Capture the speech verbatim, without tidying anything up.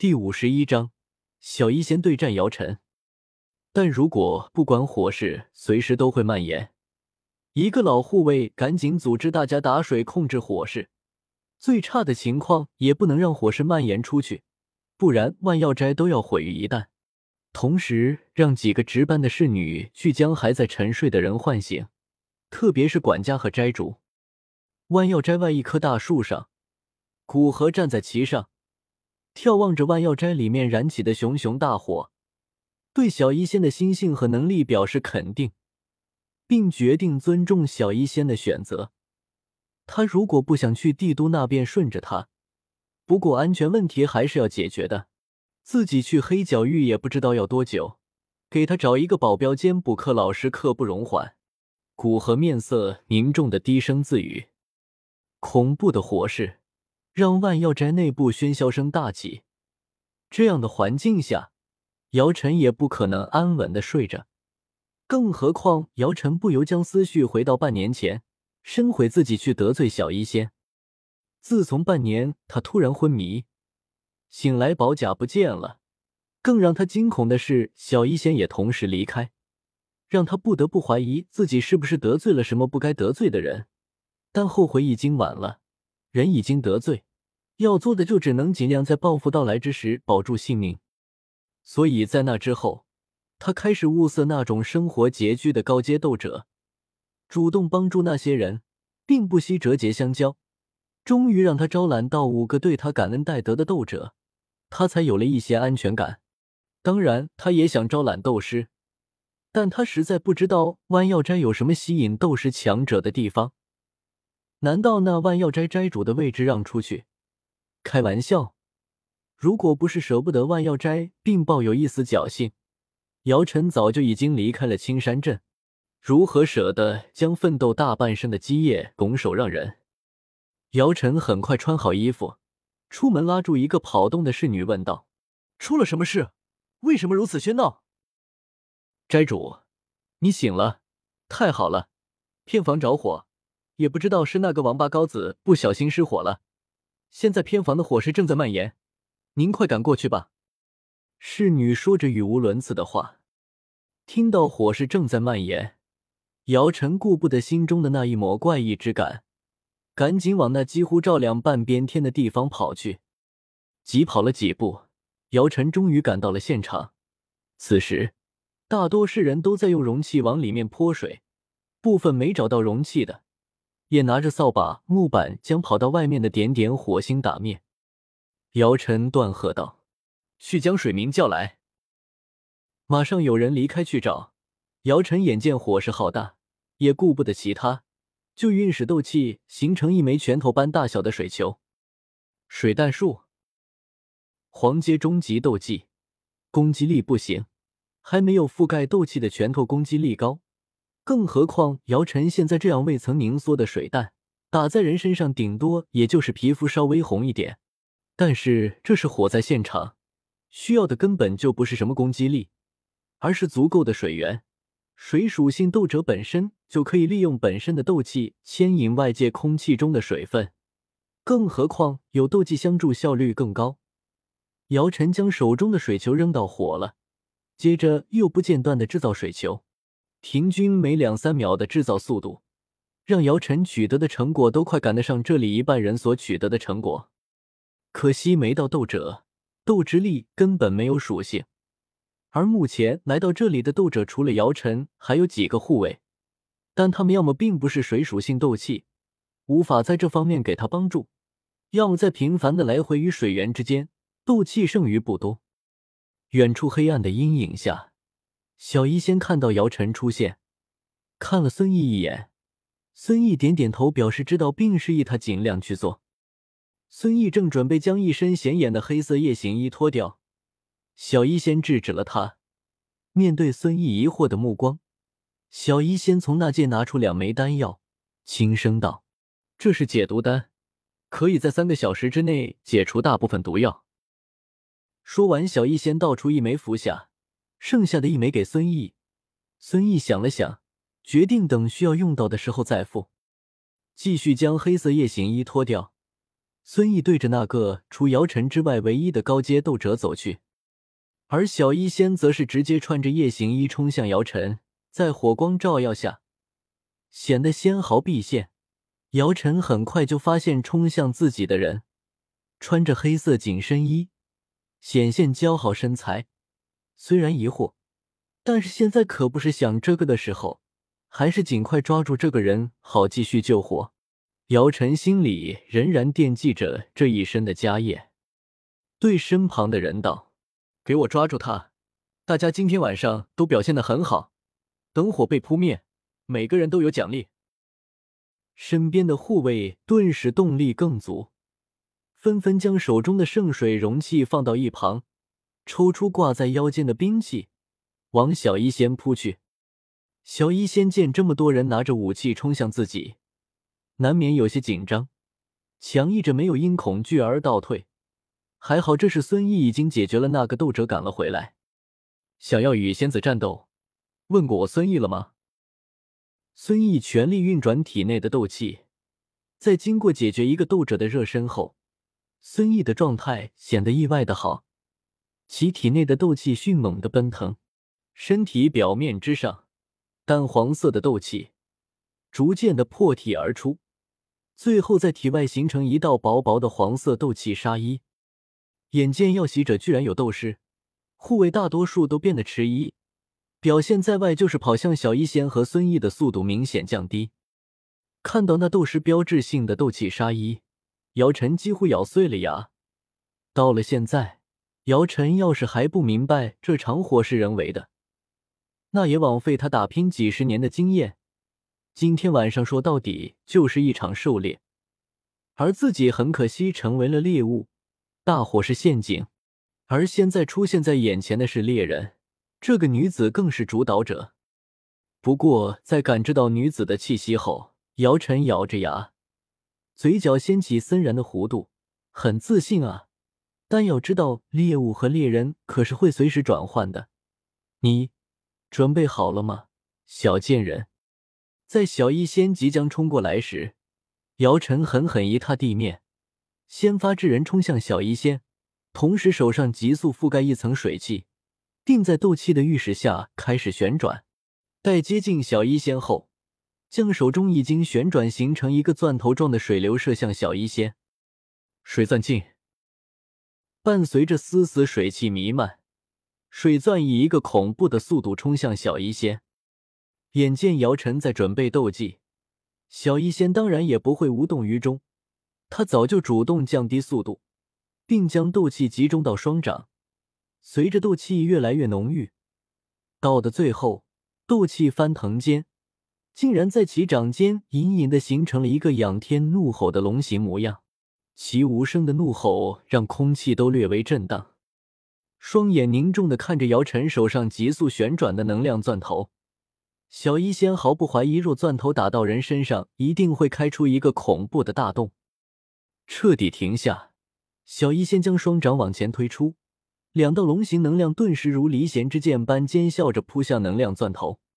第五十一章，小医仙对战姚晨。但如果不管火势随时都会蔓延，一个老护卫赶紧组织大家打水控制火势，最差的情况也不能让火势蔓延出去，不然万药斋都要毁于一旦。同时让几个值班的侍女去将还在沉睡的人唤醒，特别是管家和斋主。万药斋外一棵大树上，古河站在其上，眺望着万药斋里面燃起的熊熊大火，对小医仙的心性和能力表示肯定，并决定尊重小医仙的选择。他如果不想去帝都那边顺着他，不过安全问题还是要解决的，自己去黑角域也不知道要多久，给他找一个保镖兼补课老师刻不容缓。古河面色凝重的低声自语。恐怖的火势让万药斋内部喧嚣声大起，这样的环境下，姚晨也不可能安稳的睡着，更何况姚晨不由将思绪回到半年前，深悔自己去得罪小医仙。自从半年他突然昏迷，醒来宝甲不见了，更让他惊恐的是小医仙也同时离开，让他不得不怀疑自己是不是得罪了什么不该得罪的人。但后悔已经晚了，人已经得罪，要做的就只能尽量在报复到来之时保住性命。所以在那之后，他开始物色那种生活拮据的高阶斗者，主动帮助那些人，并不惜折节相交，终于让他招揽到五个对他感恩戴德的斗者，他才有了一些安全感。当然他也想招揽斗师，但他实在不知道万药斋有什么吸引斗师强者的地方。难道那万药斋斋主的位置让出去？开玩笑，如果不是舍不得万药斋并抱有一丝侥幸，姚晨早就已经离开了青山镇，如何舍得将奋斗大半生的基业拱手让人？姚晨很快穿好衣服，出门拉住一个跑动的侍女问道：出了什么事？为什么如此喧闹？斋主，你醒了，太好了，偏房着火，也不知道是那个王八羔子不小心失火了，现在偏房的火势正在蔓延，您快赶过去吧。侍女说着语无伦次的话。听到火势正在蔓延，姚晨顾不得心中的那一抹怪异之感，赶紧往那几乎照亮半边天的地方跑去。急跑了几步，姚晨终于赶到了现场。此时大多是人都在用容器往里面泼水，部分没找到容器的也拿着扫把、木板将跑到外面的点点火星打灭。姚晨断喝道：去将水民叫来。马上有人离开去找。姚晨眼见火势浩大，也顾不得其他，就运使斗气形成一枚拳头般大小的水球。水弹术，黄阶终极斗技，攻击力不行，还没有覆盖斗气的拳头攻击力高，更何况姚晨现在这样未曾凝缩的水弹打在人身上，顶多也就是皮肤稍微红一点。但是这是火在现场，需要的根本就不是什么攻击力，而是足够的水源。水属性斗者本身就可以利用本身的斗气牵引外界空气中的水分，更何况有斗技相助，效率更高。姚晨将手中的水球扔到火了，接着又不间断地制造水球，平均每两三秒的制造速度，让姚晨取得的成果都快赶得上这里一半人所取得的成果。可惜没到斗者，斗之力根本没有属性，而目前来到这里的斗者除了姚晨还有几个护卫，但他们要么并不是水属性斗气，无法在这方面给他帮助，要么在频繁的来回与水源之间，斗气剩余不多。远处黑暗的阴影下，小医仙看到姚晨出现，看了孙毅一眼，孙毅点点头表示知道并示意他尽量去做。孙毅正准备将一身显眼的黑色夜行衣脱掉，小医仙制止了他。面对孙毅疑惑的目光，小医仙从那戒拿出两枚丹药，轻声道：这是解毒丹，可以在三个小时之内解除大部分毒药。说完，小医仙倒出一枚服下，剩下的一枚给孙毅。孙毅想了想，决定等需要用到的时候再付。继续将黑色夜行衣脱掉， 孙毅对着那个除姚晨之外唯一的高阶斗者走去，而小医仙则是直接穿着夜行衣冲向姚晨，在火光照耀下显得纤毫毕现。姚晨很快就发现冲向自己的人穿着黑色紧身衣，显现姣好身材。虽然疑惑，但是现在可不是想这个的时候，还是尽快抓住这个人好继续救活。姚晨心里仍然惦记着这一身的家业，对身旁的人道：给我抓住他，大家今天晚上都表现得很好，等火被扑灭，每个人都有奖励。身边的护卫顿时动力更足，纷纷将手中的圣水容器放到一旁，抽出挂在腰间的兵器，往小医仙扑去。小医仙见这么多人拿着武器冲向自己，难免有些紧张，强抑着没有因恐惧而倒退。还好这时孙毅已经解决了那个斗者赶了回来。想要与仙子战斗，问过我孙毅了吗？孙毅全力运转体内的斗气，在经过解决一个斗者的热身后，孙毅的状态显得意外的好，其体内的斗气迅猛地奔腾，身体表面之上淡黄色的斗气逐渐地破体而出，最后在体外形成一道薄薄的黄色斗气纱衣。眼见要袭者居然有斗师，护卫大多数都变得迟疑，表现在外就是跑向小医仙和孙毅的速度明显降低。看到那斗师标志性的斗气纱衣，姚晨几乎咬碎了牙。到了现在，姚晨要是还不明白这场火是人为的，那也枉费他打拼几十年的经验。今天晚上说到底就是一场狩猎，而自己很可惜成为了猎物，大火是陷阱，而现在出现在眼前的是猎人，这个女子更是主导者。不过在感知到女子的气息后，姚晨咬着牙，嘴角掀起森然的弧度，很自信啊，但要知道猎物和猎人可是会随时转换的。你准备好了吗，小贱人？在小医仙即将冲过来时，姚晨狠狠一踏地面，先发制人冲向小医仙，同时手上急速覆盖一层水汽，并在斗气的御使下开始旋转。待接近小医仙后，将手中已经旋转形成一个钻头状的水流射向小医仙。水钻镜，伴随着丝丝水汽弥漫，水钻以一个恐怖的速度冲向小医仙。眼见姚晨在准备斗技，小医仙当然也不会无动于衷，他早就主动降低速度，并将斗气集中到双掌。随着斗气越来越浓郁，到的最后，斗气翻腾间，竟然在其掌间隐隐地形成了一个仰天怒吼的龙形模样。其无声的怒吼让空气都略微震荡。双眼凝重地看着姚晨手上急速旋转的能量钻头，小医仙毫不怀疑，若钻头打到人身上，一定会开出一个恐怖的大洞。彻底停下，小医仙将双掌往前推出，两道龙形能量顿时如离弦之箭般尖笑着扑向能量钻头。